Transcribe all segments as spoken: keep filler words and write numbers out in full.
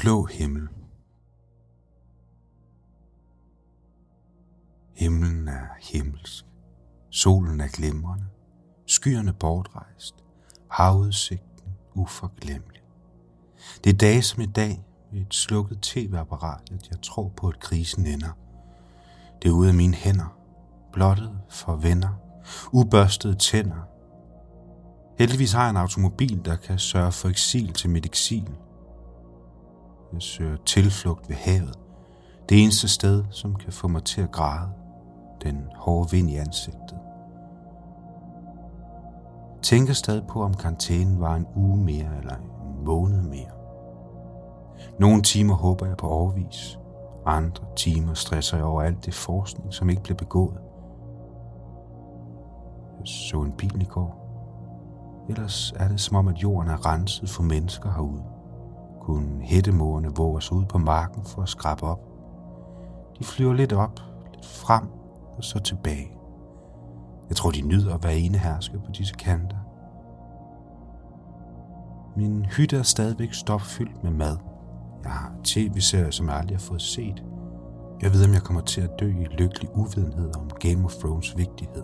blå himmel. Himlen er himmelsk. Solen er glimrende. Skyerne bortrejst. Havudsigten uforglemmelig. Det er dage som i dag ved et slukket tv-apparat, at jeg tror på, at krisen ender. Det er ude af mine hænder. Blottet for venner. Ubørstede tænder. Heldigvis har jeg en automobil, der kan sørge for eksil til mit eksil. Jeg søger tilflugt ved havet. Det eneste sted, som kan få mig til at græde. Den hårde vind i ansigtet. Tænker stadig på, om karantænen var en uge mere eller en måned mere. Nogle timer håber jeg på årevis. Andre timer stresser jeg over alt det forskning, som ikke blev begået. Jeg så en bil i går. Ellers er det som om, at jorden er renset for mennesker herude. Kun hættemågerne våger sig ud på marken for at skrabe op. De flyver lidt op, lidt frem og så tilbage. Jeg tror, de nyder at være enehersker på disse kanter. Min hytte er stadigvæk stopfyldt med mad. Jeg har tv-serier, som jeg aldrig har fået set. Jeg ved, om jeg kommer til at dø i lykkelig uvidenhed om Game of Thrones vigtighed.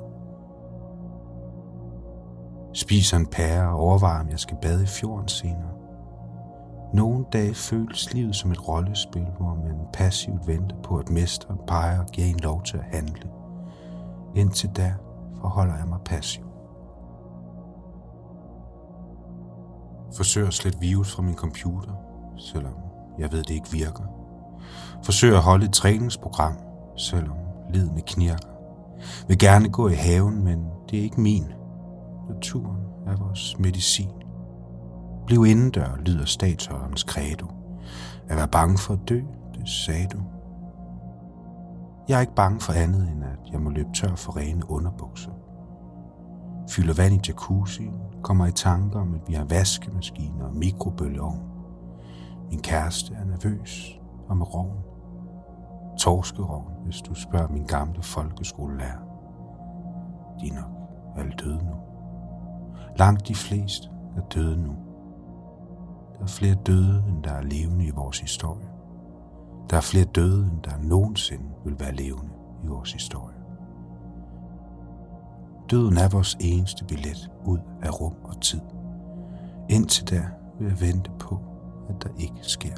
Spiser en pære og overvejer, om jeg skal bade i fjorden senere. Nogle dage føles livet som et rollespil, hvor man passivt venter på, at mesteren peger og giver en lov til at handle. Indtil da forholder jeg mig passiv. Forsøger at slette virus fra min computer, selvom jeg ved, det ikke virker. Forsøger at holde et træningsprogram, selvom lidene knirker. Vil gerne gå i haven, men det er ikke min. Naturen er vores medicin. Bliv indendør, lyder statshøjderens credo. At være bange for at dø, det sagde du. Jeg er ikke bange for andet, end at jeg må løbe tør for rene underbukser. Fylder vand i jacuzzien, kommer i tanker om, at vi har vaskemaskiner og mikrobølgeovn. Min kæreste er nervøs og med roven. Torskeroven, hvis du spørger min gamle folkeskolelærer. De er nok alle døde nu. Langt de fleste er døde nu. Der er flere døde, end der er levende i vores historie. Der er flere døde, end der nogensinde vil være levende i vores historie. Døden er vores eneste billet ud af rum og tid. Indtil da vil jeg vente på, at der ikke sker